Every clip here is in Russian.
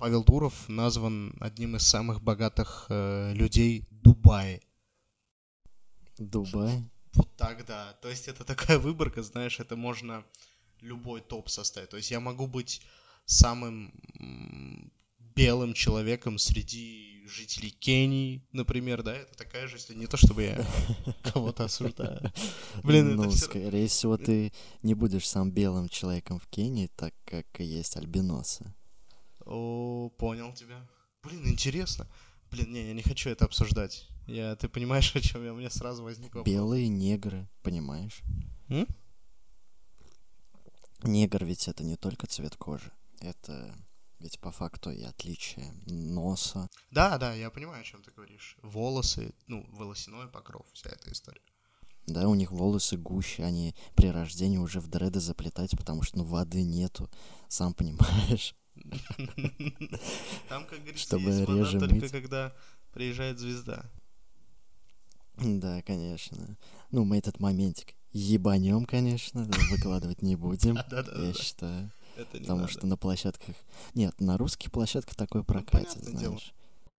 Павел Дуров назван одним из самых богатых людей Дубая. Дубай? Вот так, да. То есть это такая выборка, знаешь, это можно любой топ составить. То есть я могу быть самым белым человеком среди жителей Кении, например, да, это такая же, если не то, чтобы я кого-то осуждаю. Блин, это Ну, все... скорее всего, ты не будешь сам белым человеком в Кении, так как и есть альбиносы. О, понял тебя. Блин, интересно. Блин, не, я не хочу это обсуждать. Ты понимаешь, о чем я? У меня сразу возник вопрос. Белые негры, понимаешь? М? Негр ведь это не только цвет кожи. Это ведь по факту и отличие носа. Да, да, я понимаю, о чем ты говоришь. Волосы, ну, волосяной покров, вся эта история. Да, у них волосы гуще, они при рождении уже в дреды заплетать, потому что, ну, воды нету, сам понимаешь. Там, как говорится, есть Чтобы вода реже только мыть. когда приезжает звезда. Да, конечно. Ну, мы этот моментик ебанем, конечно, выкладывать не будем, я Да-да-да, считаю. это не Потому надо. что на площадках... Нет, на русских площадках такое Ну, прокатит, понятное дело. знаешь.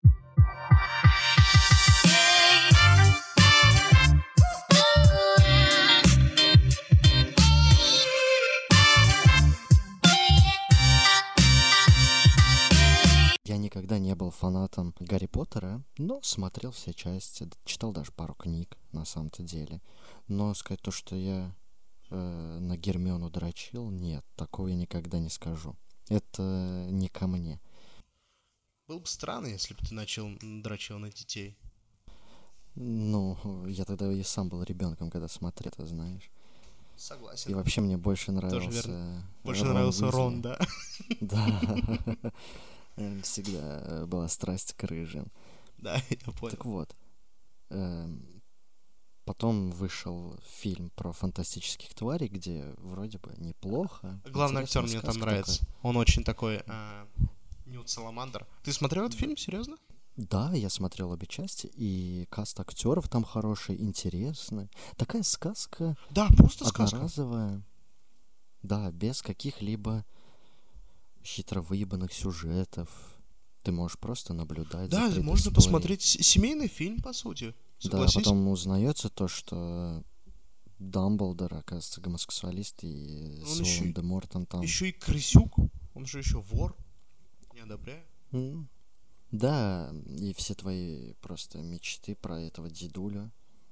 Я никогда не был фанатом Гарри Поттера, но смотрел все части, читал даже пару книг, на самом-то деле. Но сказать то, что я на Гермиону дрочил, нет, такого я никогда не скажу. Это не ко мне. Было бы странно, если бы ты дрочил на детей. Ну, я тогда и сам был ребенком, когда смотрел, ты знаешь. И Согласен. вообще мне больше Тоже верно. нравился Больше Рон нравился Рон, Уизли. да? Да, всегда была страсть к рыжим. Да, я понял. Так вот, эм, потом вышел фильм про фантастических тварей, где вроде бы неплохо, Главный актер интересная мне там сказка такая. нравится. Он очень такой Ньют Саламандр. Ты смотрел этот фильм, серьезно? Да, я смотрел обе части, и каст актеров там хороший, интересный. Такая сказка Да, просто сказка. одноразовая, да, без каких-либо хитро выебанных сюжетов. Ты можешь просто наблюдать за Да, можно предысторией. посмотреть семейный фильм, по сути. Да, Согласись. потом узнается то, что Дамблдор, оказывается, гомосексуалист, и Он с еще, Волан-де-Мортом там... еще и крысюк. Он же еще вор. Не одобряю. М, Да, и все твои просто мечты про этого дедулю.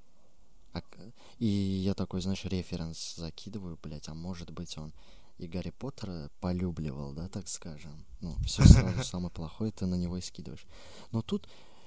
И я такой, знаешь, референс закидываю, блядь, а может быть он и Гарри Поттера полюбливал, да, так скажем. Ну, все сразу самое плохое ты на него и скидываешь. Но тут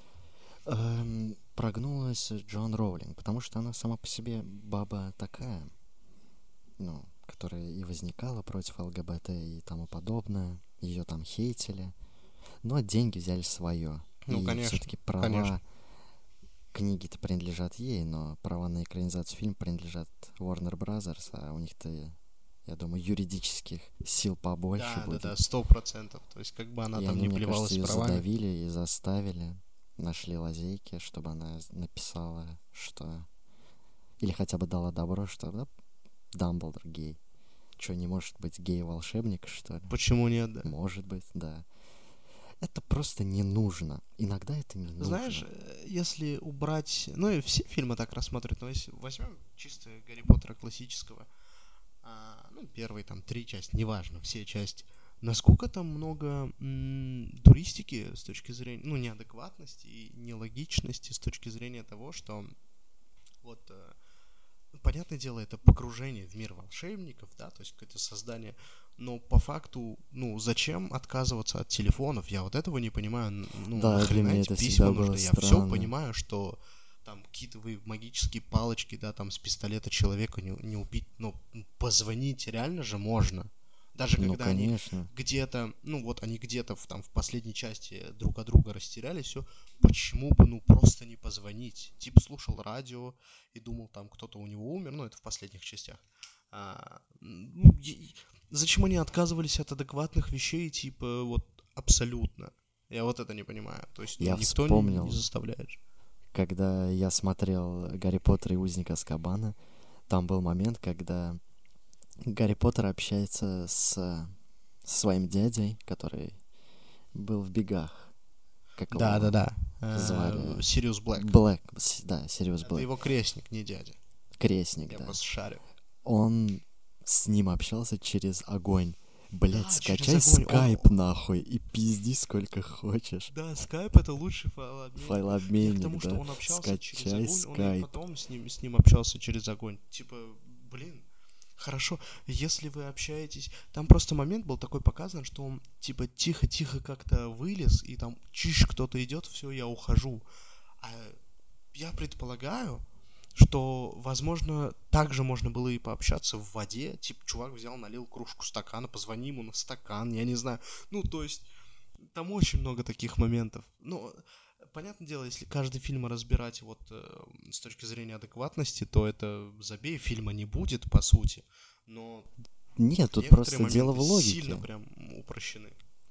прогнулась Джон Роулинг, потому что она сама по себе баба такая, ну, которая и возникала против ЛГБТ и тому подобное. Ее там хейтили. Но деньги взяли свое. Ну, И конечно. все-таки Конечно. права книги-то принадлежат ей, но права на экранизацию фильма принадлежат Warner Brothers, а у них-то, я думаю, юридических сил побольше Да, да, будет. да, 100%. То есть, как бы она И там они, не мне кажется, плевалась ее правами. задавили и заставили, нашли лазейки, чтобы она написала, что... Или хотя бы дала добро, что да, Дамблдор гей. Что, не может быть гей-волшебник, что ли? Почему нет, да? Может быть, да. Это просто не нужно. Иногда это не Знаешь, нужно. если убрать... Ну, и все фильмы так рассматривают, но если возьмем чисто Гарри Поттера классического, ну, первые там 3 части, неважно, все части, насколько там много туристики с точки зрения, ну, неадекватности и нелогичности с точки зрения того, что вот, ну, понятное дело, это погружение в мир волшебников, да, то есть какое-то создание, но по факту, ну, зачем отказываться от телефонов? Я вот этого не понимаю, ну, Да, для нахрена меня эти это письма всегда нужны? было Я все странно. понимаю, что там какие-то вы магические палочки, да, там с пистолета человека не убить, но позвонить реально же можно. Даже Ну, когда они конечно. где-то, ну вот они где-то там в последней части друг от друга растерялись, все, почему бы, ну, просто не позвонить? Типа слушал радио и думал, там кто-то у него умер, ну, это в последних частях. Ну, зачем они отказывались от адекватных вещей, типа, вот, абсолютно? Я вот это не понимаю. То есть, ну, Я никто не вспомнил, заставляет. когда я смотрел «Гарри Поттер и узник Азкабана», там был момент, когда Гарри Поттер общается с своим дядей, который был в бегах. Как его Да-да-да. звали? Сириус Блэк. Блэк, да, Сириус Это Блэк. его крестник, не дядя. Крестник, Я да. просто шарю. Он с ним общался через огонь. Блять, Да, через скачай огонь. скайп нахуй и пизди сколько хочешь. Да, скайп это лучший файлообменник. Я к Файлообменник, тому, что да. он общался через Скачай огонь, он и скайп. потом с ним общался через огонь. Типа, блин, хорошо, если вы общаетесь... Там просто момент был такой показан, что он типа тихо-тихо как-то вылез, и там чиш, кто-то идет, все, я ухожу. А я предполагаю, что, возможно, также можно было и пообщаться в воде. Типа, чувак взял, налил кружку стакана, позвони ему на стакан, я не знаю. Ну, то есть, там очень много таких моментов. Ну, понятное дело, если каждый фильм разбирать вот с точки зрения адекватности, то это забей, фильма не будет, по сути. Но Нет, тут некоторые просто дело в моменты логике. сильно прям упрощены.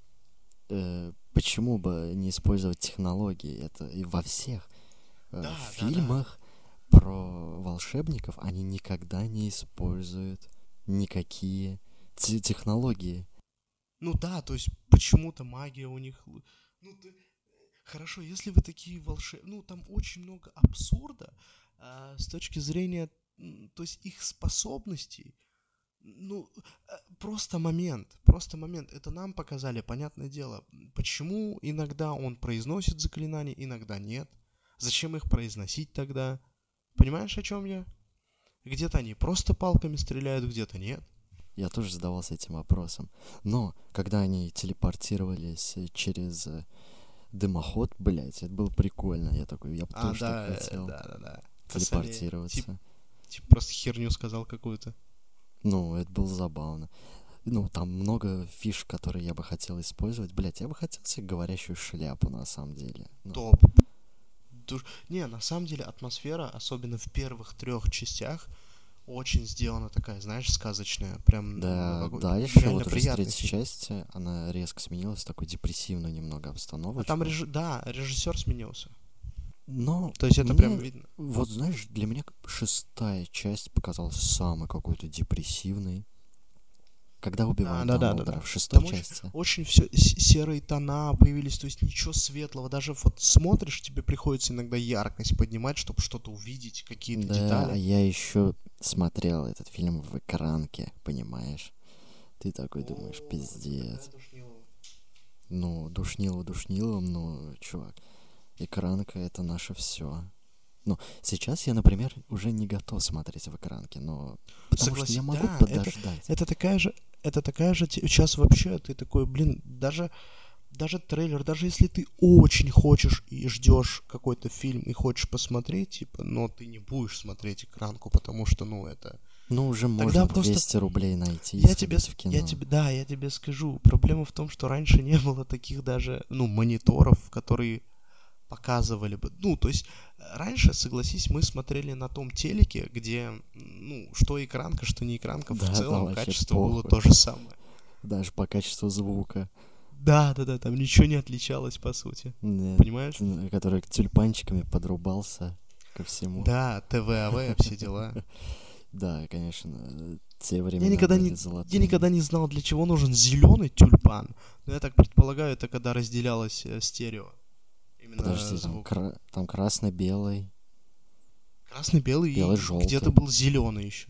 Почему бы не использовать технологии? Это и во всех Да, в да, да. фильмах про волшебников они никогда не используют никакие технологии. Ну да, то есть почему-то магия у них... Ну, хорошо, если вы такие волшебные... Ну, там очень много абсурда с точки зрения... То есть их способностей. Ну, просто момент. Это нам показали, понятное дело. Почему иногда он произносит заклинания, иногда нет. Зачем их произносить тогда? Понимаешь, о чем я? Где-то они просто палками стреляют, где-то нет. Я тоже задавался этим вопросом. Но, когда они телепортировались через дымоход, блядь, это было прикольно. Я такой, я бы тоже так хотел да. телепортироваться. Типа просто херню сказал какую-то. Ну, это было забавно. Ну, там много фиш, которые я бы хотел использовать. Блядь, я бы хотел себе говорящую шляпу, на самом деле. Ну, Топ. Не, на самом деле атмосфера, особенно в первых 3 частях, очень сделана такая, знаешь, сказочная. Прям да, дальше, реально вот уже с приятный третьей фильм. части, она резко сменилась в такую депрессивную немного А обстановочку. там режиссер сменился. Но То есть это мне, прям видно. вот знаешь, для меня 6-я часть показалась самой какой-то депрессивной. Когда убивают Дамблдора в 6-й Там части. очень все серые тона появились, то есть ничего светлого. Даже вот смотришь, тебе приходится иногда яркость поднимать, чтобы что-то увидеть, какие-то Да, детали. а я еще смотрел этот фильм в экранке, понимаешь? Ты такой думаешь, пиздец. Ну, душнило, ну, чувак, экранка — это наше все. Ну, сейчас я, например, уже не готов смотреть в экранке, но потому что я могу подождать. Это такая же, сейчас вообще ты такой, блин, даже трейлер, даже если ты очень хочешь и ждешь какой-то фильм и хочешь посмотреть, типа, но ты не будешь смотреть экранку, потому что, ну, это... Ну, уже Тогда можно просто 200 рублей найти и я тебе, сходить в кино. я тебе скажу. Проблема в том, что раньше не было таких даже, ну, мониторов, которые показывали бы. Ну, то есть, раньше, согласись, мы смотрели на том телеке, где, ну, что экранка, что не экранка, в Да, там целом вообще качество было похуй. то же самое. Даже по качеству звука. Да, там ничего не отличалось, по сути. Нет, Понимаешь? который тюльпанчиками подрубался ко всему. Да, ТВ, все дела. Да, конечно, те Я времена никогда были не, золотыми. я никогда не знал, для чего нужен зеленый тюльпан. Но я так предполагаю, это когда разделялось стерео. Именно Подожди, звук. там красно-белый, Красный-белый и белый-желтый. где-то был зеленый еще.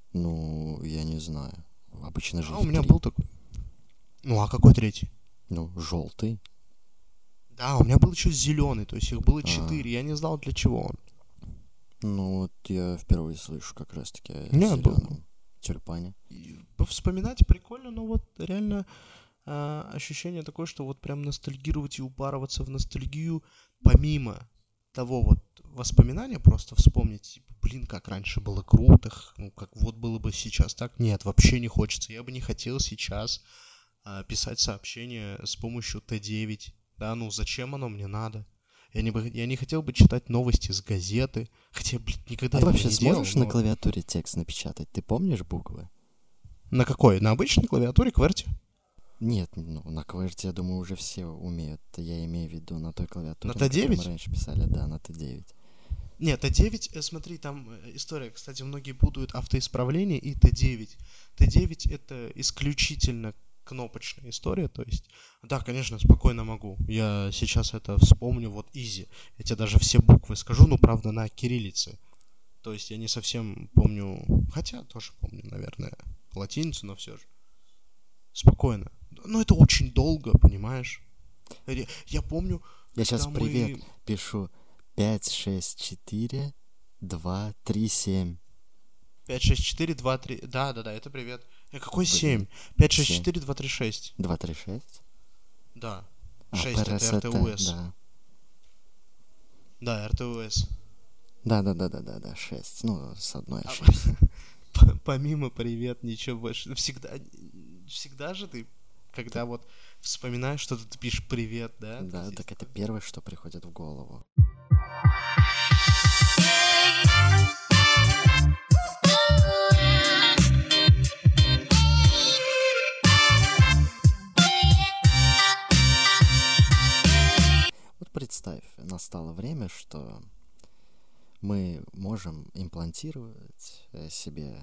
Ну, я не знаю. Обычно же А, их у меня 3. был такой. Ну, а какой третий? Ну, желтый. Да, у меня был еще зеленый, то есть их было А. 4. Я не знал, для чего он. Ну, вот я впервые слышу как раз-таки о Не, зеленом тюльпане. И вспоминать прикольно, но вот реально ощущение такое, что вот прям ностальгировать и упарываться в ностальгию, помимо того вот воспоминания, просто вспомнить, типа, блин, как раньше было круто, ну, как вот было бы сейчас так. Нет, вообще не хочется. Я бы не хотел сейчас писать сообщение с помощью Т9. Да, ну зачем оно мне надо? Я не хотел бы читать новости с газеты, хотя, блин, никогда А ты этого вообще не делал. сможешь на клавиатуре текст напечатать? Ты помнишь буквы? На какой? На обычной клавиатуре, QWERTY? Нет, ну, на QWERTY, я думаю, уже все умеют. Я имею в виду на той клавиатуре, На которой мы Т9? раньше писали, да, на Т9. Нет, Т9, смотри, там история, кстати, многие путают автоисправление и Т9. Т9 это исключительно кнопочная история, то есть, да, конечно, спокойно могу. Я сейчас это вспомню, вот изи. Я тебе даже все буквы скажу, ну, правда, на кириллице. То есть я не совсем помню, хотя тоже помню, наверное, латиницу, но все же. Спокойно. Но это очень долго, понимаешь? Я помню, Я сейчас когда привет мы... пишу 5, 6, 4, 2, 3, 7. 5, 6, 4, 2, 3... Да, это привет. Какой Блин, 7? 5, 6, 7. 4, 2, 3, 6. 2, 3, 6. Да. А, 6 это ПРСТ, РТУС. да. Да, РТУС. Да, 6. Ну, с одной А, ошибся. помимо привет, ничего больше. Всегда же ты, когда вот вспоминаешь что-то, ты пишешь привет, да? То Да, есть есть так это такое? первое, что приходит в голову. Вот представь, настало время, что мы можем имплантировать себе,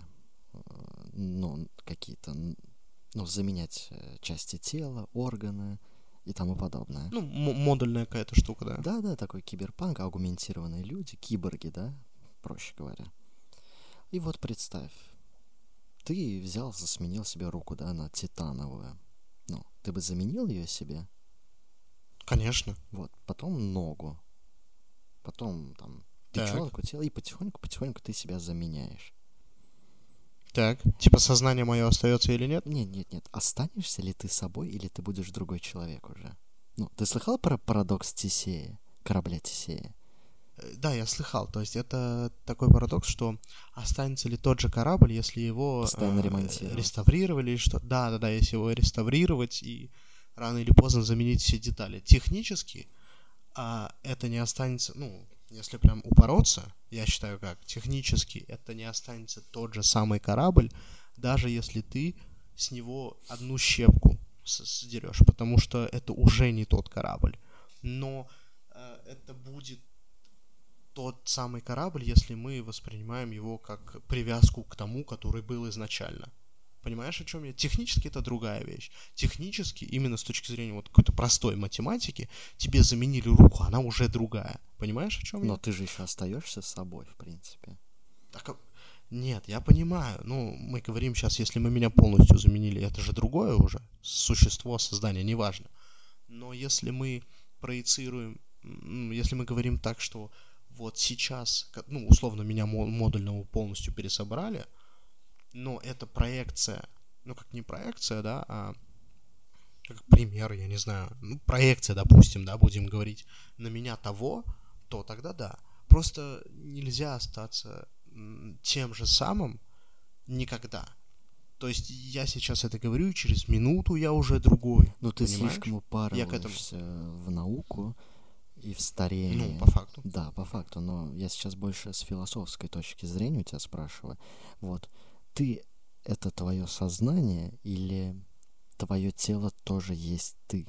ну, какие-то, ну, заменять части тела, органы и тому подобное. Ну, модульная какая-то штука, да. Да, такой киберпанк, аугментированные люди, киборги, да, проще говоря. И вот представь, ты взял, сменил себе руку, да, на титановую. Ну, ты бы заменил ее себе? Конечно. Вот, потом ногу, потом там Так. печенку, тело, и потихоньку ты себя заменяешь. Так. Типа сознание мое остается или нет? Нет, останешься ли ты собой, или ты будешь другой человек уже? Ну, ты слыхал про парадокс Тесея, корабля Тесея? Да, я слыхал. То есть это такой парадокс, что останется ли тот же корабль, если его Постоянно ремонтировать. реставрировали, и что... Да, если его реставрировать и рано или поздно заменить все детали. Технически это не останется, ну, если прям упороться, я считаю как, технически это не останется тот же самый корабль, даже если ты с него одну щепку сдерешь, потому что это уже не тот корабль. Но это будет тот самый корабль, если мы воспринимаем его как привязку к тому, который был изначально. Понимаешь, о чем я? Технически это другая вещь. Технически, именно с точки зрения вот какой-то простой математики, тебе заменили руку, она уже другая. Понимаешь, о чем Но я? ты же еще остаешься собой, в принципе. Так, нет, я понимаю. Ну, мы говорим сейчас, если мы меня полностью заменили, это же другое уже. Существо, создание, неважно. Но если мы проецируем, если мы говорим так, что вот сейчас, ну, условно, меня модульного полностью пересобрали, но это проекция, ну, как не проекция, да, а как пример, я не знаю, ну, проекция, допустим, да, будем говорить, на меня того, то тогда да. Просто нельзя остаться тем же самым никогда. То есть я сейчас это говорю, и через минуту я уже другой, Ну, ты слишком понимаешь? Я к этому, упарываешься в науку и в ну, старение. по факту. Да, по факту, но я сейчас больше с философской точки зрения у тебя спрашиваю. Вот, ты — это твое сознание или твое тело тоже есть ты?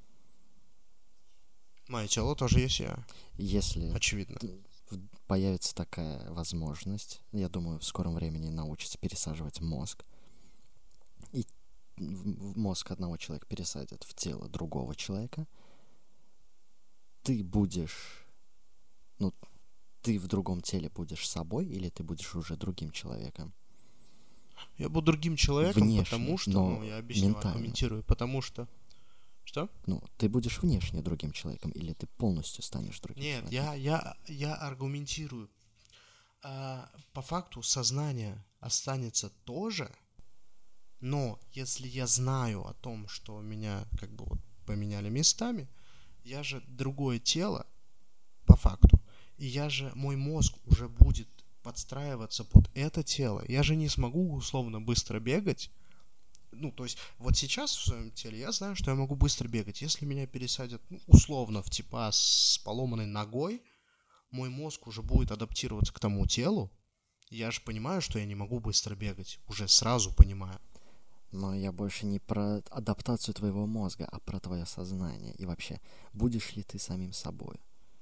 Мое тело тоже есть я, Если очевидно. появится такая возможность, я думаю, в скором времени научатся пересаживать мозг, и в мозг одного человека пересадят в тело другого человека, ты будешь, ну, ты в другом теле будешь собой, или ты будешь уже другим человеком? Я буду другим человеком, потому Внешне, что, но ну, я объясню, ментально. аргументирую, потому что... Что? Ну, ты будешь внешне другим человеком, или ты полностью станешь другим Нет, человеком? я аргументирую. По факту сознание останется тоже, но если я знаю о том, что меня как бы вот поменяли местами, я же другое тело, по факту, и я же, мой мозг уже будет подстраиваться под это тело. Я же не смогу условно быстро бегать. Ну, то есть, вот сейчас в своем теле я знаю, что я могу быстро бегать. Если меня пересадят, ну, условно, в типа с поломанной ногой, мой мозг уже будет адаптироваться к тому телу. Я же понимаю, что я не могу быстро бегать. Уже сразу понимаю. Но я больше не про адаптацию твоего мозга, а про твое сознание. И вообще, будешь ли ты самим собой?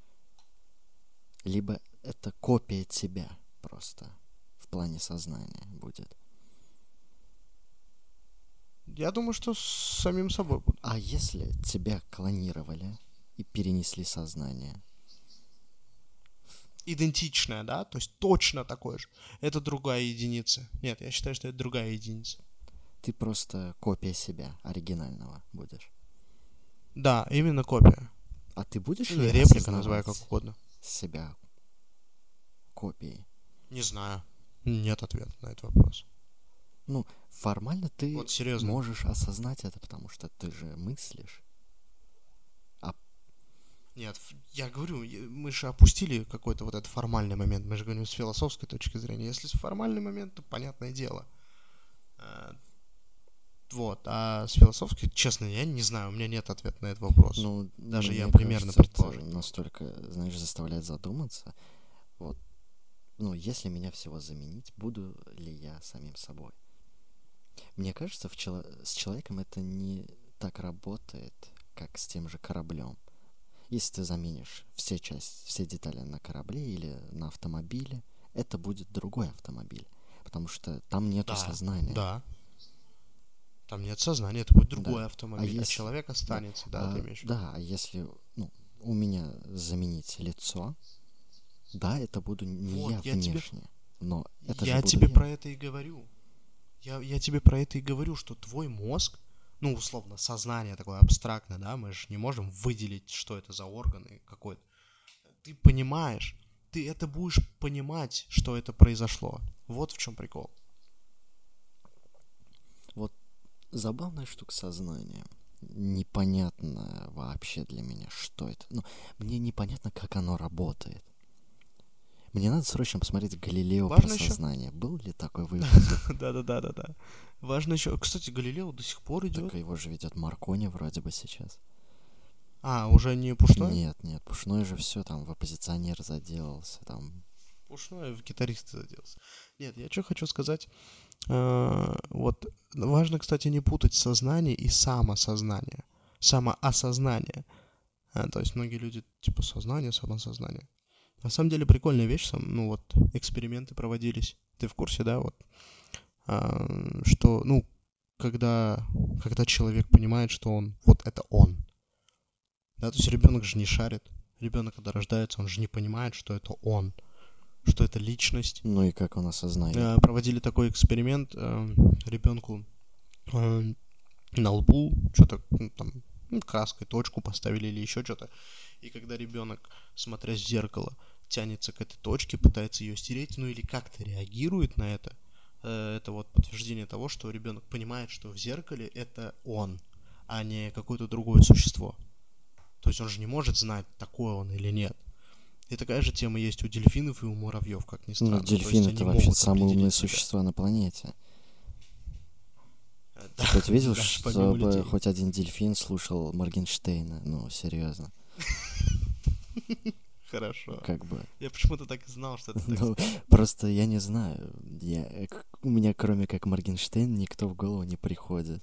Либо это копия тебя просто в плане сознания будет. Я думаю, что с самим собой буду. А если тебя клонировали и перенесли сознание? Идентичное, да? То есть точно такое же. Это другая единица. Нет, я считаю, что это другая единица. Ты просто копия себя, оригинального будешь. Да, именно копия. А ты будешь Или ли реплика, называй как осознавать угодно. себя копией? Не знаю. Нет ответа на этот вопрос. Ну, формально ты Вот серьезно. можешь осознать это, потому что ты же мыслишь. Нет, я говорю, мы же опустили какой-то вот этот формальный момент. Мы же говорим с философской точки зрения. Если с формальный момент, то понятное дело. Вот, а с философской, честно, я не знаю, у меня нет ответа на этот вопрос. Ну, Даже мне я примерно кажется, предположить это могу. настолько, знаешь, заставляет задуматься. Вот, ну, если меня всего заменить, буду ли я самим собой? Мне кажется, с человеком это не так работает, как с тем же кораблем. Если ты заменишь все детали на корабле или на автомобиле, это будет другой автомобиль, потому что там нету Да, сознания. да. Там нет сознания, это будет другой Да. автомобиль, а человек останется, да, ты имеешь в виду? Да, а если у меня заменить лицо, да, это буду не Вот, я внешне, но это же я буду тебе я. про это и говорю. Я тебе про это и говорю, что твой мозг, ну, условно, сознание такое абстрактное, да, мы же не можем выделить, что это за органы какой-то. Ты понимаешь, ты это будешь понимать, что это произошло. Вот в чем прикол. Вот забавная штука сознания. Непонятно вообще для меня, что это. Ну, мне непонятно, как оно работает. Мне надо срочно посмотреть Галилео про Важно еще... сознание. Был ли такой выпуск? Да. Важно еще... Кстати, Галилео до сих пор идет. Так его же ведет Маркони вроде бы сейчас. А, уже не Пушной? Нет, Пушной же все там в оппозиционер заделался, там. Пушной в гитариста заделся. Нет, я что хочу сказать. Вот важно, кстати, не путать сознание и самосознание. Самоосознание. То есть многие люди типа сознание, самосознание. На самом деле прикольная вещь, ну вот эксперименты проводились. Ты в курсе, да, вот, что, ну, когда человек понимает, что он, вот это он, да, то есть ребенок же не шарит. Ребенок, когда рождается, он же не понимает, что это он, что это личность. Ну и как он осознает? Проводили такой эксперимент, ребенку на лбу что-то там краской точку поставили или еще что-то. И когда ребенок, смотря в зеркало, тянется к этой точке, пытается ее стереть, ну или как-то реагирует на это вот подтверждение того, что ребенок понимает, что в зеркале это он, а не какое-то другое существо. То есть он же не может знать, такой он или нет. И такая же тема есть у дельфинов и у муравьев, как ни странно. Ну, дельфины это вообще самые умные существа на планете. Ты хоть видел, чтобы хоть один дельфин слушал Моргенштерна? Ну, серьезно. Хорошо. Как бы. Я почему-то так и знал, что это так. Ну, просто я не знаю. У меня, кроме как Моргенштерн, никто в голову не приходит.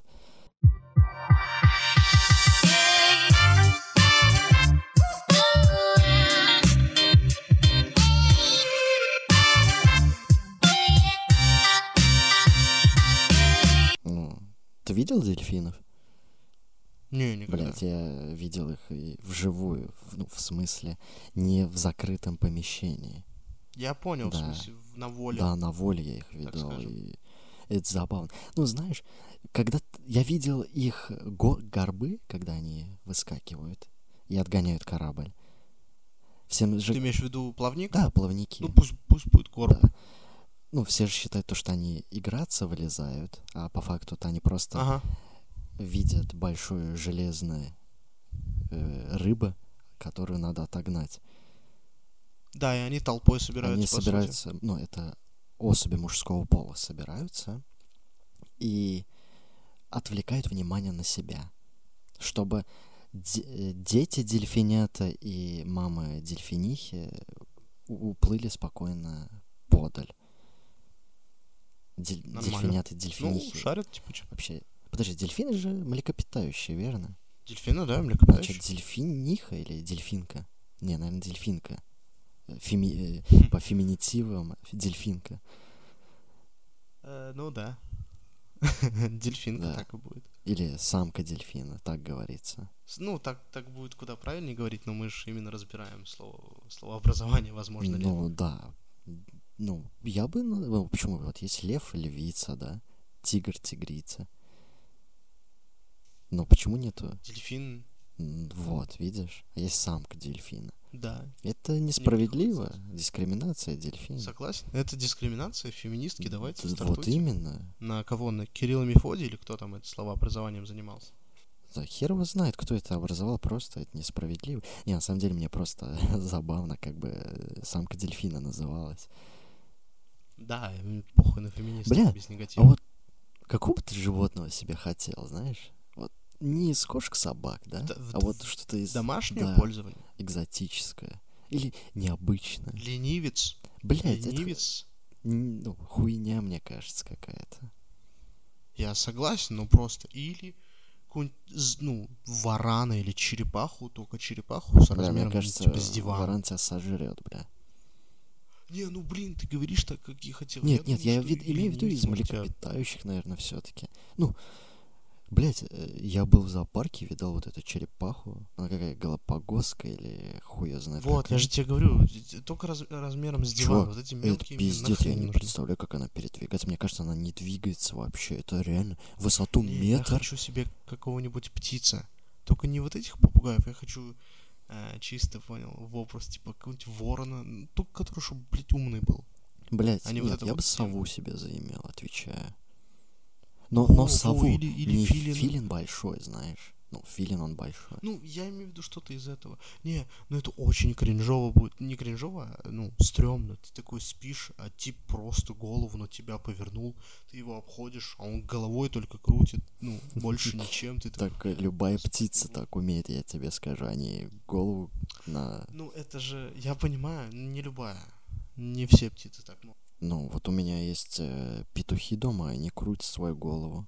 Ну, ты видел дельфинов? Не, никогда. Блять, я видел их и вживую, ну, в смысле, не в закрытом помещении. Я понял, Да. в смысле, на воле. Да, на воле я их видел, и это забавно. Ну, знаешь, когда я видел их горбы, когда они выскакивают и отгоняют корабль. Всем же... Ты имеешь в виду плавник? Да, плавники. Ну, пусть будет горб. Да. Ну, все же считают то, что они играться вылезают, а по факту-то они просто видят большую железную рыбу, которую надо отогнать. Да, и они толпой собираются. Они собираются, ну, это особи мужского пола собираются и отвлекают внимание на себя, чтобы дети дельфинята и мамы дельфинихи уплыли спокойно подаль. Дельфинята и дельфинихи. Ну, шарят, типа, что. Вообще, подожди, дельфины же млекопитающие, верно? Дельфины, да, млекопитающие. Значит, дельфиниха или дельфинка? Не, наверное, дельфинка. По феминитивам дельфинка. Ну да. Дельфинка Да. так и будет. Или самка дельфина, так говорится. Ну, так будет куда правильнее говорить, но мы же именно разбираем словообразование, возможно ли Ну, это. да. Ну, я бы... Ну, почему? Вот есть лев, львица, да? Тигр, тигрица. Но почему нету? Дельфин, Вот, видишь? Есть самка дельфина. да, Это не несправедливо. приходится. Дискриминация дельфина. Согласен? Это дискриминация, феминистки, давайте Вот стартуйте. именно. На кого? На Кирилла Мефодия или кто там это словообразованием занимался? Да хер его знает, кто это образовал, просто это несправедливо. Не, на самом деле мне просто забавно, как бы самка дельфина называлась. Да, похуй на феминистов, Бля, без а негатива. вот какого бы ты животного себе хотел, знаешь? Вот не из кошек-собак, да? А вот что-то из... Домашнее Да, пользование. экзотическое. Или необычное. Ленивец. Блять, это Ленивец. ну, хуйня, мне кажется, какая-то. Я согласен, но просто или какую-нибудь, ну, варана или черепаху, только черепаху с Бля, мне размером, кажется, типа, с диван. варан тебя сожрет, бля. Не, ну блин, ты говоришь так, как я хотел. Нет, Я нет, думал, я что и имею в виду ленивец из может тебя... млекопитающих, наверное, все-таки. Ну, блять, я был в зоопарке, видал вот эту черепаху. Она какая, галапагосская или хуй я знает Вот, какая. я же тебе говорю, только размером с диван. Чувак, Вот эти это мелкие мне пиздец, нахрен я не не нужны. представляю, как она передвигается. Мне кажется, она не двигается вообще. Это реально высоту Не, я метр. хочу себе какого-нибудь птица. Только не вот этих попугаев, я хочу чисто, понял, вопрос, типа какого-нибудь ворона, только который, чтобы, блядь, умный был. Блять, А не вот нет, это я вот бы всем. сову себе заимел, отвечаю. Но Во, сову, или не филина. филин большой, знаешь. Ну, филин он большой. Ну, я имею в виду что-то из этого. Не, ну это очень кринжово будет. Не кринжово, а, ну, стрёмно. Ты такой спишь, а тип просто голову на тебя повернул. Ты его обходишь, а он головой только крутит. Ну, больше ничем. Ты такой, Так любая «Господи, птица вот». так умеет, я тебе скажу. Они голову на... Ну, это же, я понимаю, не любая. Не все птицы так могут. Ну, вот у меня есть петухи дома, они крутят свою голову.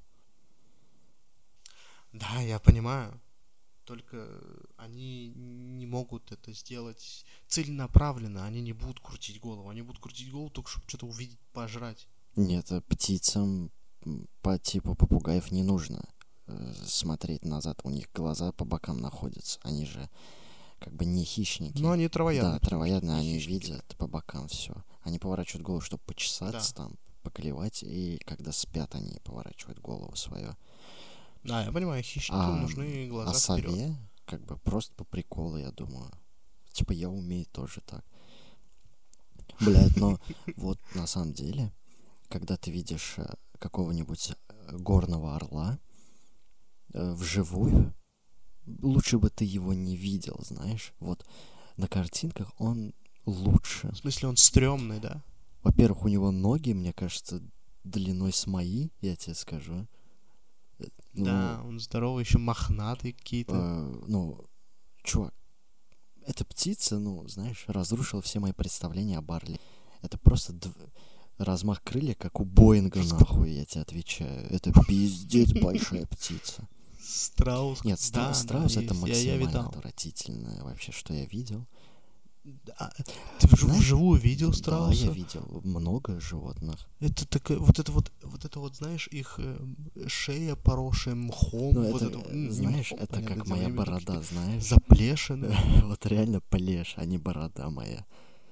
Да, я понимаю. Только они не могут это сделать целенаправленно. Они не будут крутить голову. Они будут крутить голову только чтобы что-то увидеть, пожрать. Нет, птицам по типу попугаев не нужно смотреть назад. У них глаза по бокам находятся. Они же как бы не хищники. Но они травоядные. Да, потому что травоядные, не они хищники, видят по бокам все. Они поворачивают голову, чтобы почесаться да. там, поклевать, и когда спят, они поворачивают голову свою. Да, я понимаю, хищникам нужны А глаза вперед. сове, как бы просто по приколу, я думаю. Типа я умею тоже так. Блядь, но вот на самом деле, когда ты видишь какого-нибудь горного орла вживую, лучше бы ты его не видел, знаешь. Вот на картинках он лучше. В смысле, он стрёмный, да? Во-первых, у него ноги, мне кажется, длиной с мои, я тебе скажу. Ну, Да, он здоровый, еще мохнатый какие-то. ну, чувак, эта птица, ну, знаешь, разрушила все мои представления об орле. Это просто размах крылья, как у Боинга, нахуй, я тебе отвечаю. Это пиздец большая птица. Страус. Нет, да, страус да, это есть. Я максимально видал. отвратительное вообще, что я видел. А, ты Знаешь, вживую видел да, страуса? я видел много животных. Это такая, вот это вот, знаешь, их шея поросшая мхом. Ну, Вот это, не знаешь, мхом, это понятное как дело, моя я имею в виду борода, какие-то знаешь. заплешины. Вот реально плешь, а не борода моя.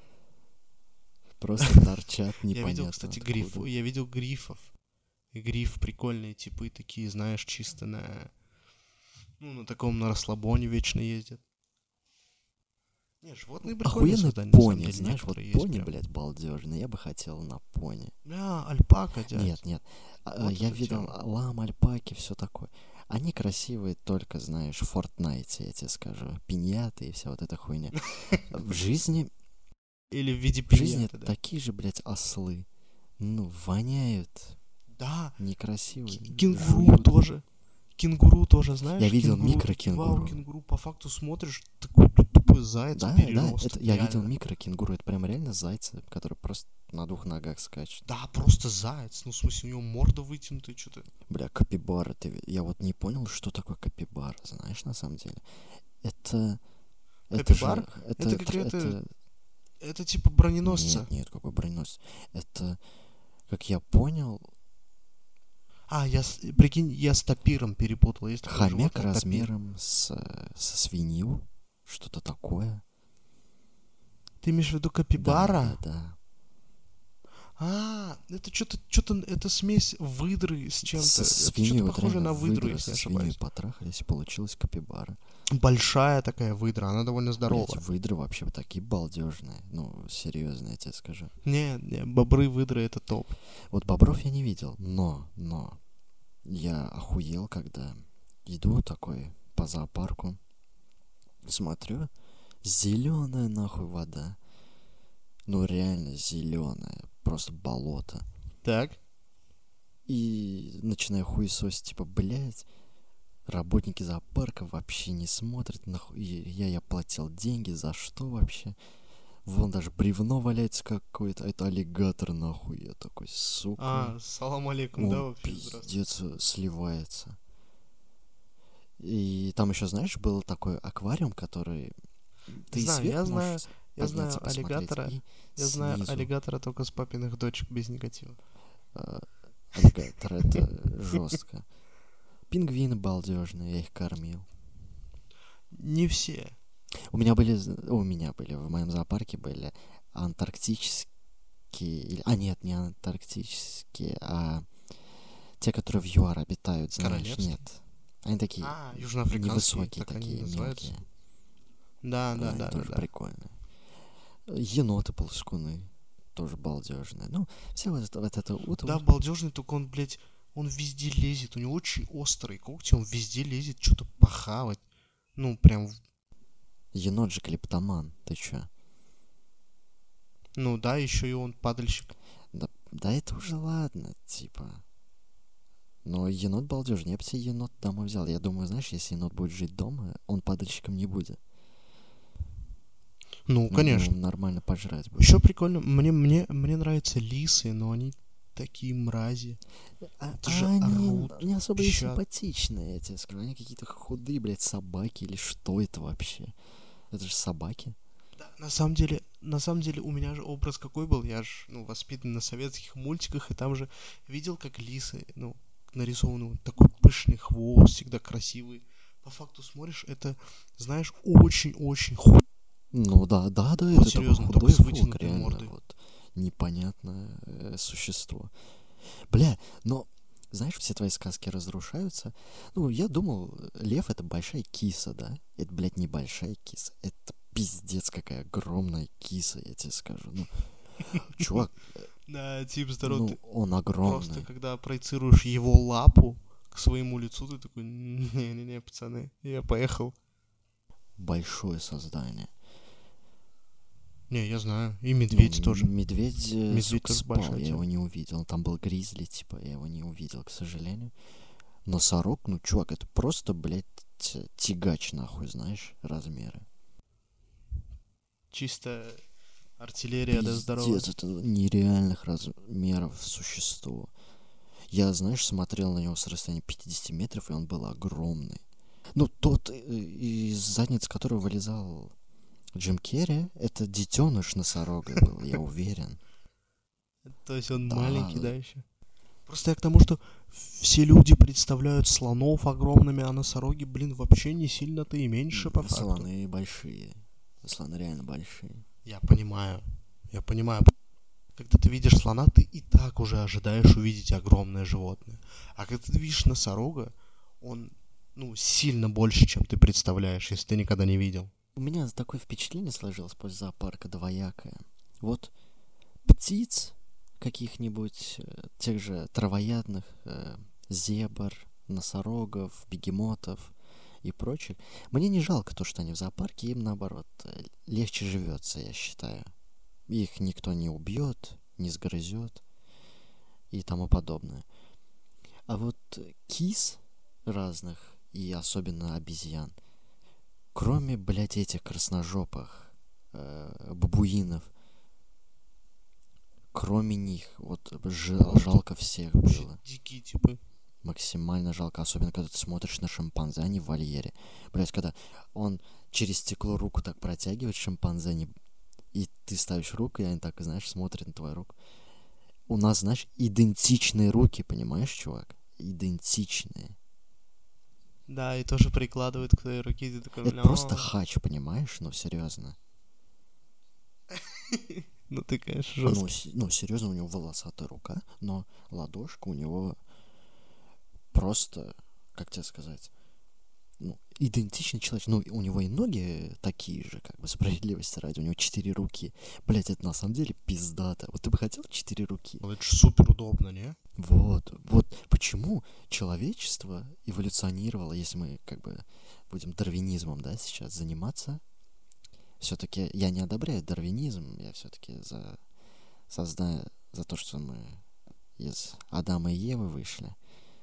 Просто торчат Я непонятно видел, кстати, откуда. я видел грифов. И гриф прикольные типы такие, знаешь, чисто на таком, на расслабоне вечно ездят. Не, животные прикольные Охуенный создания, на самом пони, деле, знаешь, вот некоторые есть пони, прям. блядь, балдежный. Я бы хотел на пони. Альпака, дядь. Нет, нет. Вот Я эта видел тема. лам, альпаки, все такое. Они красивые только, знаешь, в Фортнайте, я тебе скажу. Пиньяты и вся вот эта хуйня. В жизни Или в виде В жизни пиньяты, да. такие же, блядь, ослы. Ну, воняют. Да, Некрасивые. кенгуру жуют. тоже. Кенгуру тоже, знаешь? Я видел кенгуру, микрокенгуру. Вау, кенгуру, по факту смотришь, такой тупой заяц, Да, переросток, это я видел реально. микрокенгуру. Это прям реально зайцы, которые просто на двух ногах скачут. Да, просто заяц. Ну, в смысле, у него морда вытянутая, что-то. Бля, капибара. Я вот не понял, что такое капибара, знаешь, на самом деле. Это Капибар? же... Это какая-то... это... Это типа броненосца. Нет, какой броненосец. Это, как я понял... Прикинь, я с тапиром перепутал. Есть такое Хомяк животное, тапир. размером со свинью. Что-то такое. Ты имеешь в виду Да, капибара? да. Это что-то, это смесь выдры с чем-то. Со Это что-то свиньей, вот похожее реально, на выдру, выдра если со не свиньей ошибаюсь. потрахались, и получилась капибара. Большая такая выдра, она довольно Блять, здоровая. выдры вообще такие балдежные. Ну, серьезно, я тебе скажу. Не, бобры, выдры это топ. Вот бобров я не видел, но я охуел, когда иду такой по зоопарку, смотрю, зеленая нахуй вода. Ну, реально зеленая, просто болото. Так. И начинаю хуесосить, типа, блядь, работники зоопарка вообще не смотрят, нахуй, я платил деньги, за что вообще? Вон даже бревно валяется какое-то, а это аллигатор, нахуй, я такой, сука. Салам алейкум, да, Он вообще, здравствуйте. пиздец сливается. И там еще, знаешь, был такой аквариум, который ты Знаю, сверху можешь я подняться, знаю посмотреть, аллигатора. и Я знаю снизу. аллигатора только с папиных дочек без негатива. Аллигатор, это жестко. Пингвины балдежные, я их кормил. Не все. У меня были, в моем зоопарке были антарктические, нет, не антарктические, а те, которые в ЮАР обитают, знаешь, Королевские? нет. Они такие Южноафриканские, невысокие, так они такие называются. мелкие. Да, Да, они тоже да. прикольные. Еноты полускуны, тоже балдежные. Ну, все вот это Да, утро. балдежный, только он, блядь, он везде лезет. У него очень острые когти, он везде лезет что-то похавать. Ну, прям, Енот же клептоман, ты чё? ну да, еще и он падальщик. Да это уже ладно, типа. Но енот балдежный, я бы себе енот домой взял. Я думаю, знаешь, если енот будет жить дома, он падальщиком не будет. Ну, конечно. Нормально пожрать будет. Еще прикольно, мне нравятся лисы, но они такие мрази. Это же Они орут, не особо и пищат. симпатичные, я тебе скажу. Они какие-то худые, блядь, собаки или что это вообще? Это же собаки. Да, на самом деле, у меня же образ какой был, я же, воспитан на советских мультиках, и там же видел, как лисы, нарисованы вот такой пышный хвост, всегда красивый. По факту смотришь, это, знаешь, очень-очень Ну да, это такое серьезно, только худой с волк, вытянутой реально, мордой. вот, непонятное существо. Бля, но, знаешь, все твои сказки разрушаются. Ну, я думал, лев — это большая киса, да? Это, блядь, не большая киса, это пиздец какая огромная киса, я тебе скажу. Ну, чувак, Да, тип здоров, ты он просто, огромный. когда проецируешь его лапу к своему лицу, ты такой, не-не-не, пацаны, я поехал. Большое создание. Не, я знаю, и медведь тоже. Медведь, Медведь сука, тоже спал, большая я тема. его не увидел. Там был гризли, типа, я его не увидел, к сожалению. Носорог, ну, чувак, это просто, блядь, тягач, нахуй, знаешь, размеры. Чисто артиллерия, да, здорово. Пиздец, это нереальных размеров существо. Я, знаешь, смотрел на него с расстояния 50 метров, и он был огромный. Ну, тот, из задницы которого вылезал Джим Керри, это детеныш носорога был, я уверен. То есть он Да. маленький, да, еще? Просто я к тому, что все люди представляют слонов огромными, а носороги, блин, вообще не сильно-то и меньше по факту. Слоны большие. Слоны реально большие. Я понимаю. Когда ты видишь слона, ты и так уже ожидаешь увидеть огромное животное. А когда ты видишь носорога, он, сильно больше, чем ты представляешь, если ты никогда не видел. У меня такое впечатление сложилось после зоопарка двоякое. Вот птиц каких-нибудь, тех же травоядных, зебр, носорогов, бегемотов и прочих. Мне не жалко то, что они в зоопарке, им наоборот легче живется, я считаю. Их никто не убьет, не сгрызет и тому подобное. А вот кис разных и особенно обезьян, кроме, блядь, этих красножопых бабуинов, кроме них, вот жалко всех было. Дикие типы. Максимально жалко, особенно когда ты смотришь на шимпанзе, они в вольере. Блять, когда он через стекло руку так протягивает, шимпанзе, и ты ставишь руку, и они так, знаешь, смотрят на твою руку. У нас, знаешь, идентичные руки, понимаешь, чувак? идентичные. Да, и тоже прикладывают к твоей руке, и ты такой, Это просто хач, понимаешь? Ну, серьезно. Ну ты, конечно, Ну, жесткий. серьезно, у него волосатая рука, но ладошка у него просто, как тебе сказать, ну, идентичный человек. Ну, у него и ноги такие же, как бы, справедливости ради. У него 4 руки. Блять, это на самом деле пиздато. Вот ты бы хотел 4 руки? Ну это же супер удобно, не? Вот почему человечество эволюционировало, если мы, как бы, будем дарвинизмом, да, сейчас заниматься. Все-таки я не одобряю дарвинизм, я все-таки за то, что мы из Адама и Евы вышли.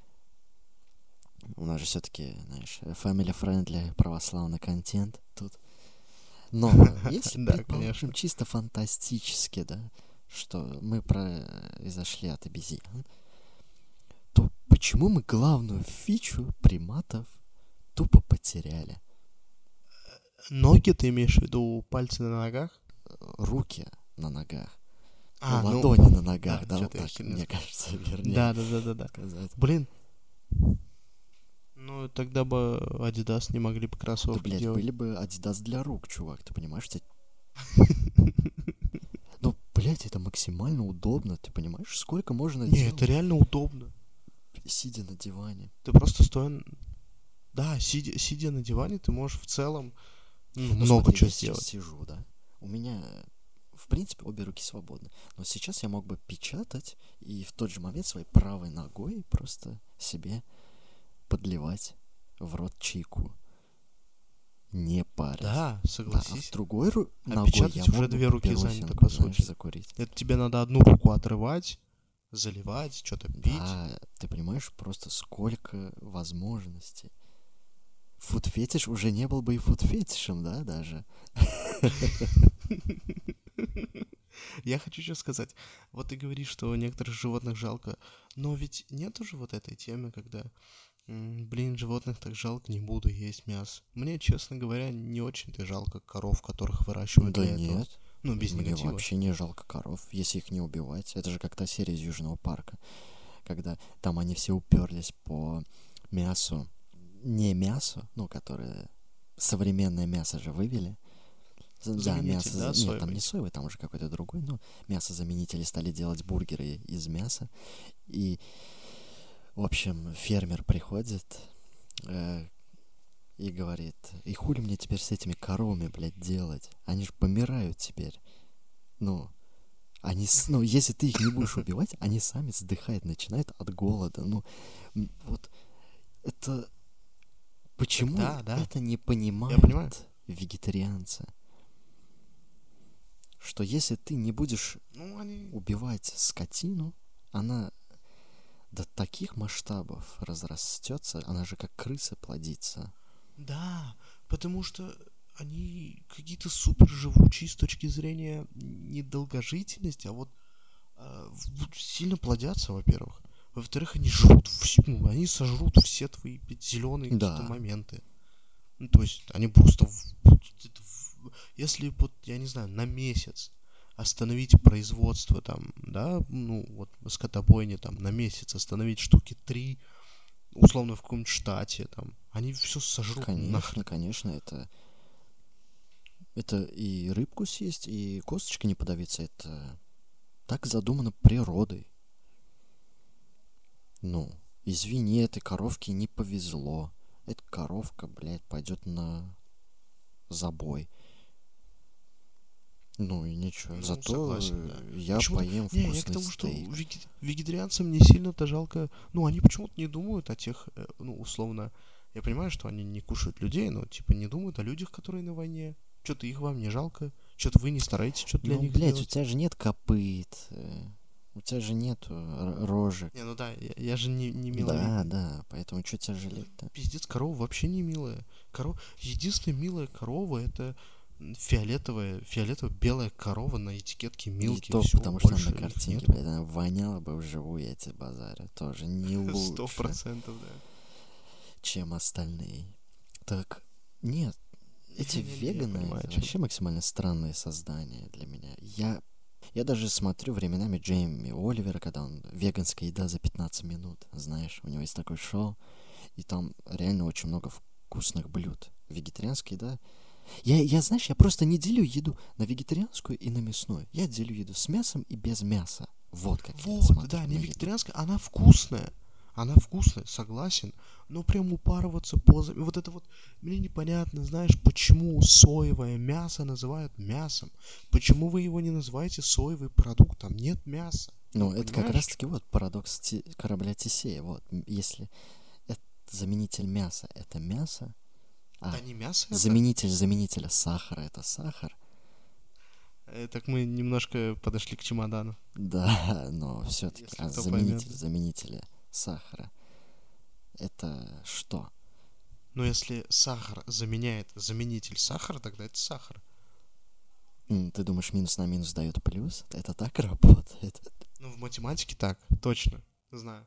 У нас же все-таки, знаешь, family-friendly православный контент тут. Но если Да, предположим конечно. чисто фантастически, да, что мы произошли от обезьян, то почему мы главную фичу приматов тупо потеряли? Ноги ты имеешь в виду, пальцы на ногах? Руки на ногах. Ну, Ладони на ногах, да, да, вот что-то я так, херню мне кажется, вернее Да. сказать. Блин, ну тогда бы Adidas не могли бы Да, кроссовки блядь, делать. были бы Adidas для рук, чувак, ты понимаешь? Ну, блядь, это максимально удобно, ты понимаешь? Сколько можно Не, это делать, реально удобно. сидя на диване? Ты просто стоя... Да, сидя на диване, ты можешь в целом Ну, много смотри, чего я сейчас сделать. сижу, да? У меня, в принципе, обе руки свободны. Но сейчас я мог бы печатать и в тот же момент своей правой ногой просто себе подливать в рот чайку. Не парясь. Да, Да, а в согласись. другой А ногой я печатать уже мог бы две руки заняты, папиросинку, по знаешь, сути. закурить. Это тебе надо одну руку отрывать, заливать, что-то пить. Да, ты понимаешь, просто сколько возможностей. Фуд-фетиш уже не был бы и фуд-фетишем, да, даже? Я хочу еще сказать, вот ты говоришь, что некоторых животных жалко, но ведь нет уже вот этой темы, когда, блин, животных так жалко, не буду есть мясо. Мне, честно говоря, не очень-то жалко коров, которых выращивают Да для этого. нет, Ну, без мне негатива. вообще не жалко коров, если их не убивать. Это же как та серия из Южного парка, когда там они все уперлись по мясу. Не мясу, ну, которое современное мясо же вывели. Да, Заменитель, да, Нет, там не соевый? соевый, там уже какой-то другой, но мясозаменители стали делать бургеры из мяса. И, в общем, фермер приходит э, и говорит, и хули мне теперь с этими коровами, блядь, делать? Они же помирают теперь. Ну, ну, если ты их не будешь убивать, они сами сдыхать начинают от голода. Ну, вот это... Так Почему да, это не я понимаю. понимают вегетарианцы? Что если ты не будешь Ну, они... убивать скотину, она до таких масштабов разрастется, она же как крыса плодится. Да, потому что они какие-то супер живучие с точки зрения не долгожительности, а вот сильно плодятся, во-первых. Во-вторых, они жрут всему, они сожрут все твои зеленые какие-то Да, моменты. Ну, то есть они просто если вот, я не знаю, на месяц остановить производство там, да, ну вот скотобойни там на месяц остановить штуки 3, условно в каком-нибудь штате там, они все сожрут конечно, нахрен. конечно, это и рыбку съесть, и косточка не подавиться, это так задумано природой. Ну, извини, этой коровке не повезло. Эта коровка, блядь, пойдет на забой. Ну и ничего. Ну, Зато согласен, да. я Почему-то... поем Не, я к вкусный тому, что стейк. вегетарианцам не сильно-то жалко... Ну, они почему-то не думают о тех, ну, условно... Я понимаю, что они не кушают людей, но, типа, не думают о людях, которые на войне. Что-то их вам не жалко. Что-то вы не стараетесь что-то для Ну, них блядь, у сделать. тебя же нет копыт. У тебя же нет рожек. Не, ну да, я же не Да, миловидный. да, поэтому что тебя жалеть-то? Пиздец, корова вообще не милая. Единственная милая корова это фиолетово-белая корова на этикетке И Милки. то Все, потому, что больше на их картинке, нету. блядь, она воняла бы вживую, я тебе базарю. Тоже не 100%, лучше, да. чем остальные. Так, нет, эти Не-не-не, я веганы — понимаю, о это чем вообще ты. максимально странные создания для меня. Я даже смотрю временами Джейми Оливера, когда он веганская еда за 15 минут, знаешь, у него есть такое шоу, и там реально очень много вкусных блюд. Вегетарианская еда. Знаешь, я просто не делю еду на вегетарианскую и на мясную. Я делю еду с мясом и без мяса. Вот как я Вот, смотрю да, на не еду. вегетарианская, она вкусная. Она вкусная, согласен. Но прям упарываться позами. Вот это вот мне непонятно, знаешь, почему соевое мясо называют мясом. Почему вы его не называете соевый продукт? Там нет мяса. Ну, Ну, это как понимаешь? раз-таки вот парадокс корабля Тесея. Вот, если заменитель мяса — это мясо, Да а не мясо это. заменитель заменителя сахара — это сахар, Так мы немножко подошли к чемодану. да, но все-таки, Если а кто поймет. заменитель заменителя сахара — это что? Но если сахар заменяет заменитель сахара, тогда это сахар. Ты думаешь, минус на минус дает плюс? Это так работает? Ну, в математике так, точно. Знаю.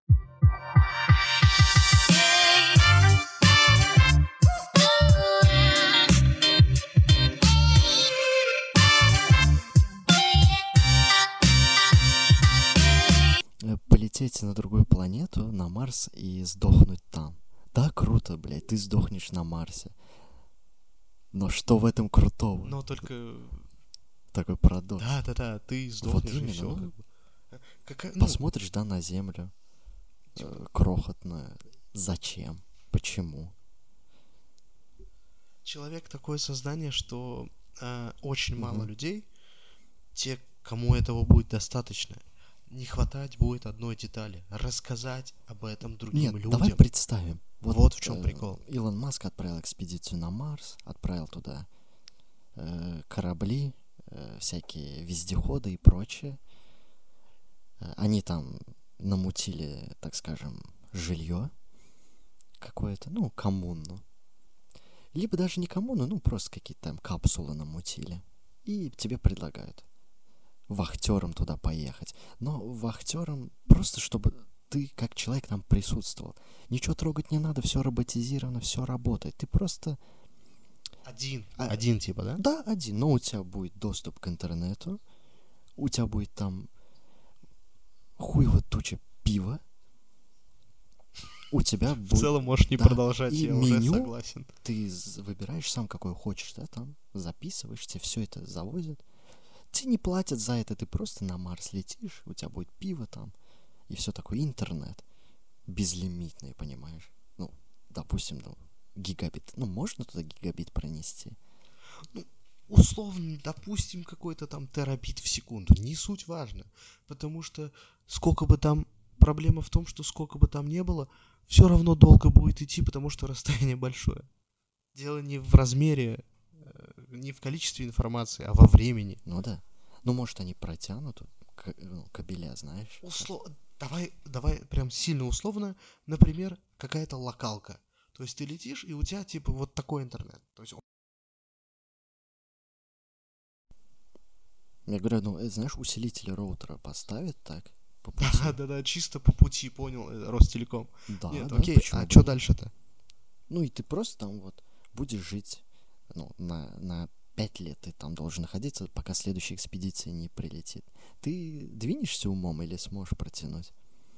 Полететь на другую планету, на Марс, и сдохнуть там. Да, круто, блядь, ты сдохнешь на Марсе. Но что в этом крутого? Но только... Такой парадокс. Да, ты Вот сдохнешь и именно, все. ну, Какая, ну, посмотришь, да, на Землю, типа, крохотную. Зачем? Почему? человек такое создание, что очень мало Мгм. людей, те, кому этого будет достаточно. Не хватать будет одной детали. Рассказать об этом Нет, другим давай людям. представим. Вот в чем прикол. Илон Маск отправил экспедицию на Марс, отправил туда корабли, всякие вездеходы и прочее. Они там намутили, так скажем, жилье какое-то, ну, коммуну. Либо даже не коммуну, ну, просто какие-то там капсулы намутили. И тебе предлагают вахтером туда поехать. Но вахтером просто, чтобы ты как человек там присутствовал. Ничего трогать не надо, все роботизировано, все работает. Ты просто... Один типа, да? Да, один, но у тебя будет доступ к интернету, у тебя будет там хуево туча пива, у тебя В будет... целом можешь не Да, продолжать, и я уже меню согласен. ты выбираешь сам, какой хочешь, да, там записываешь, тебе все это завозят. Тебе не платят за это, ты просто на Марс летишь, у тебя будет пиво там, и все такое, интернет безлимитный, понимаешь? Ну, допустим, ну, гигабит. Ну, можно туда гигабит пронести? Ну, условно, допустим, какой-то там терабит в секунду. Не суть важно. Потому что сколько бы там... Проблема в том, что сколько бы там не было, все равно долго будет идти, потому что расстояние большое. Дело не в размере, не в количестве информации, а во времени. Ну да. Ну, может, они протянут кабеля, знаешь? Давай прям сильно условно. Например, какая-то локалка. То есть ты летишь, и у тебя типа вот такой интернет. То есть Я говорю, ну, знаешь, усилители роутера поставят так по пути. да, чисто по пути, понял, Ростелеком. Да, Нет, да, окей, почему а бы что нет? дальше-то? Ну, и ты просто там вот будешь жить, ну, на 5 лет ты там должен находиться, пока следующая экспедиция не прилетит. Ты двинешься умом или сможешь протянуть?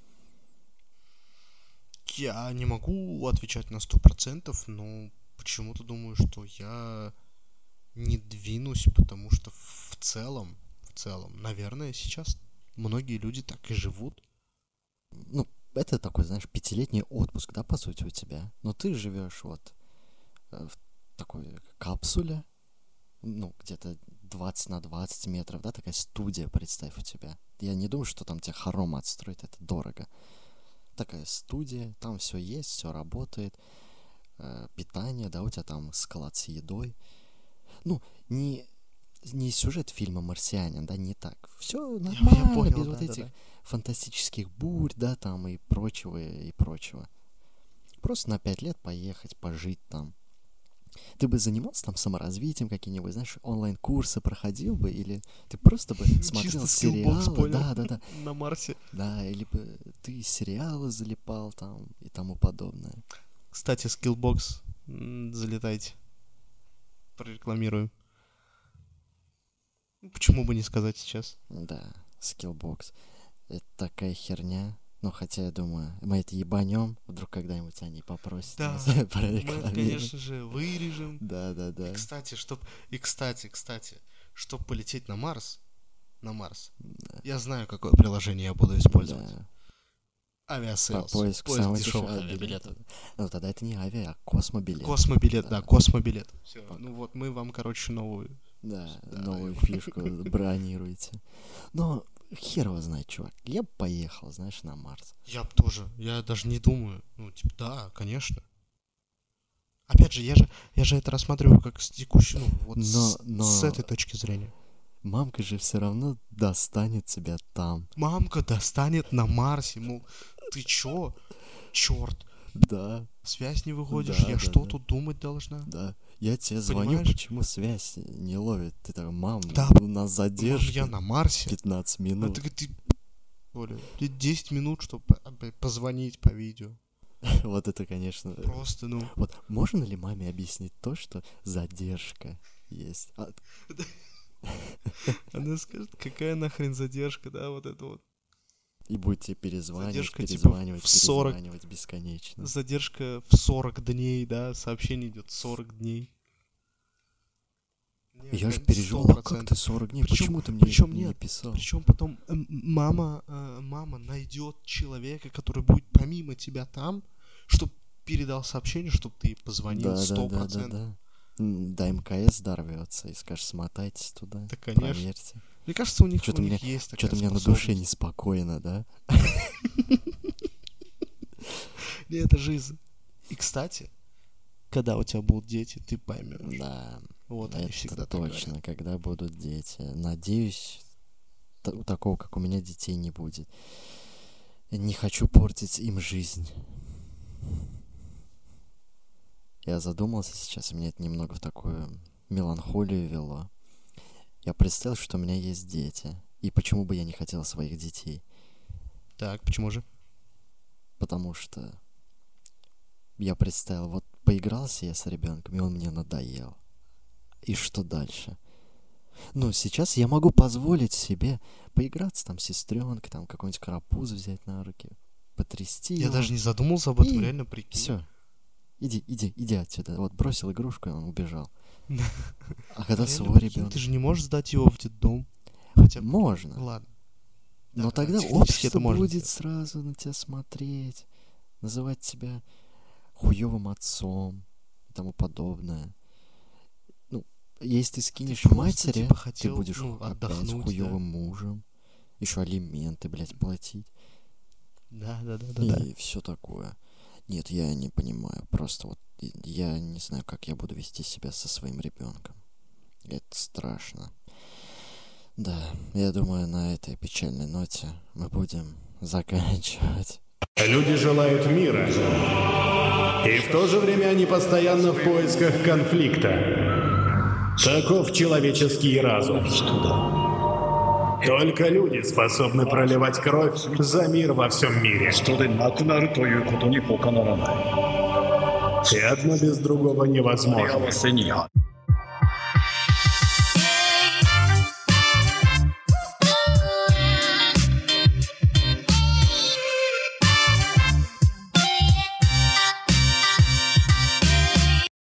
Я не могу отвечать на 100%, но почему-то думаю, что я не двинусь, потому что в целом, наверное, сейчас многие люди так и живут. Ну, это такой, знаешь, 5-летний отпуск, да, по сути, у тебя. Но ты живешь вот в такой капсуле, ну, где-то 20 на 20 метров, да, такая студия, представь, у тебя. Я не думаю, что там тебе хором отстроить, это дорого. Такая студия, там все есть, все работает, питание, да, у тебя там склад с едой. Ну, не сюжет фильма «Марсианин», да, не так. Все Я нормально, понял, без вот этих да. фантастических бурь, да, там и прочего, и прочего. Просто на 5 лет поехать, пожить там. Ты бы занимался там саморазвитием какие-нибудь, знаешь, онлайн-курсы проходил бы, или ты просто бы смотрел Чисто скиллбокс, сериалы, понял, да, на Марсе. да, или бы ты сериалы залипал там и тому подобное. Кстати, скиллбокс, залетайте. Прорекламирую. Почему бы не сказать сейчас? Да, Skillbox. Это такая херня. Ну, хотя, я думаю, мы это ебанем, вдруг когда-нибудь они попросят Да, нас мы это, прорекламировать. конечно же, вырежем. Да. Кстати, чтоб полететь на Марс, я знаю, какое приложение я буду использовать. Да. По Авиасейлс. поиску Поиск самого дешевых дешевого авиабилетов. билета. Ну, тогда это не авиа, а космобилет. Космобилет, да, космобилет. Все, ну вот мы вам, короче, новую. Да, Да, новую фишку бронируете. Но хер его знает, чувак. Я бы поехал, знаешь, на Марс. Я б тоже, я даже не думаю. Ну, типа, да, конечно. Опять же, я же это рассматриваю как с текущей, ну, вот с этой точки зрения. Мамка же все равно достанет тебя там. Мамка достанет на Марсе, мол, ты чё? Чёрт, Да, связь не выходишь, Да, я да, что да. тут думать должна? да. Я тебе звоню, Понимаешь? почему связь не ловит. Ты так, мам, Да, у нас Мам, задержка я на Марсе. 15 А минут. ты, Оля, 10 минут, чтобы позвонить по видео. Вот это, конечно. Просто, ну... Вот можно ли маме объяснить то, что задержка есть? Она скажет, какая нахрен задержка, да, вот это вот. И будете перезванивать, Задержка, типа, перезванивать, в 40. перезванивать бесконечно. Задержка в 40 дней, да, сообщение идет 40 дней. Нет, Я же 100%. переживал, а как ты 40 дней? Почему ты мне причем не нет, писал? Причем потом мама найдет человека, который будет помимо тебя там, чтобы передал сообщение, чтобы ты позвонил 100%. Да. Да, МКС дорвется и скажешь, смотайтесь туда, Да, конечно. проверьте. Мне кажется, у них Что-то есть такая Что-то у меня на способность. душе неспокойно, да? Не, это жизнь. И, кстати, когда у тебя будут дети, ты поймешь. Да, Вот они всегда это так точно, говорят. когда будут дети. Надеюсь, у такого, как у меня, детей не будет. Не хочу портить им жизнь. Я задумался сейчас, и меня это немного в такую меланхолию вело. Я представил, что у меня есть дети. И почему бы я не хотел своих детей? Так, почему же? Потому что я представил, вот поигрался я с ребенком, и он мне надоел. И что дальше? Ну, сейчас я могу позволить себе поиграться там с сестренкой, там какой-нибудь карапуз взять на руки, потрясти Я его. даже не задумался об этом, И реально прикинь. Все, иди отсюда. Вот бросил игрушку, и он убежал. А когда Реально, свой прикинь, ребенок... ты же не можешь сдать его в детдом. Хотя бы... Можно. Ладно. Но Да, тогда технически общество это можно будет сделать. сразу на тебя смотреть, называть тебя хуёвым отцом и тому подобное. Ну, если ты скинешь просто, матери, типа, ты хотел, будешь ну, опять отдохнуть, хуёвым мужем. Еще алименты, блядь, платить. Да. И все такое. Нет, я не понимаю. Просто вот я не знаю, как я буду вести себя со своим ребенком. Это страшно. Да, я думаю, на этой печальной ноте мы будем заканчивать. Люди желают мира, и в то же время они постоянно в поисках конфликта. Таков человеческий разум. Только люди способны проливать кровь за мир во всем мире. 人でなくなるということに他ならない。 И одно без другого невозможно. 幸せにある。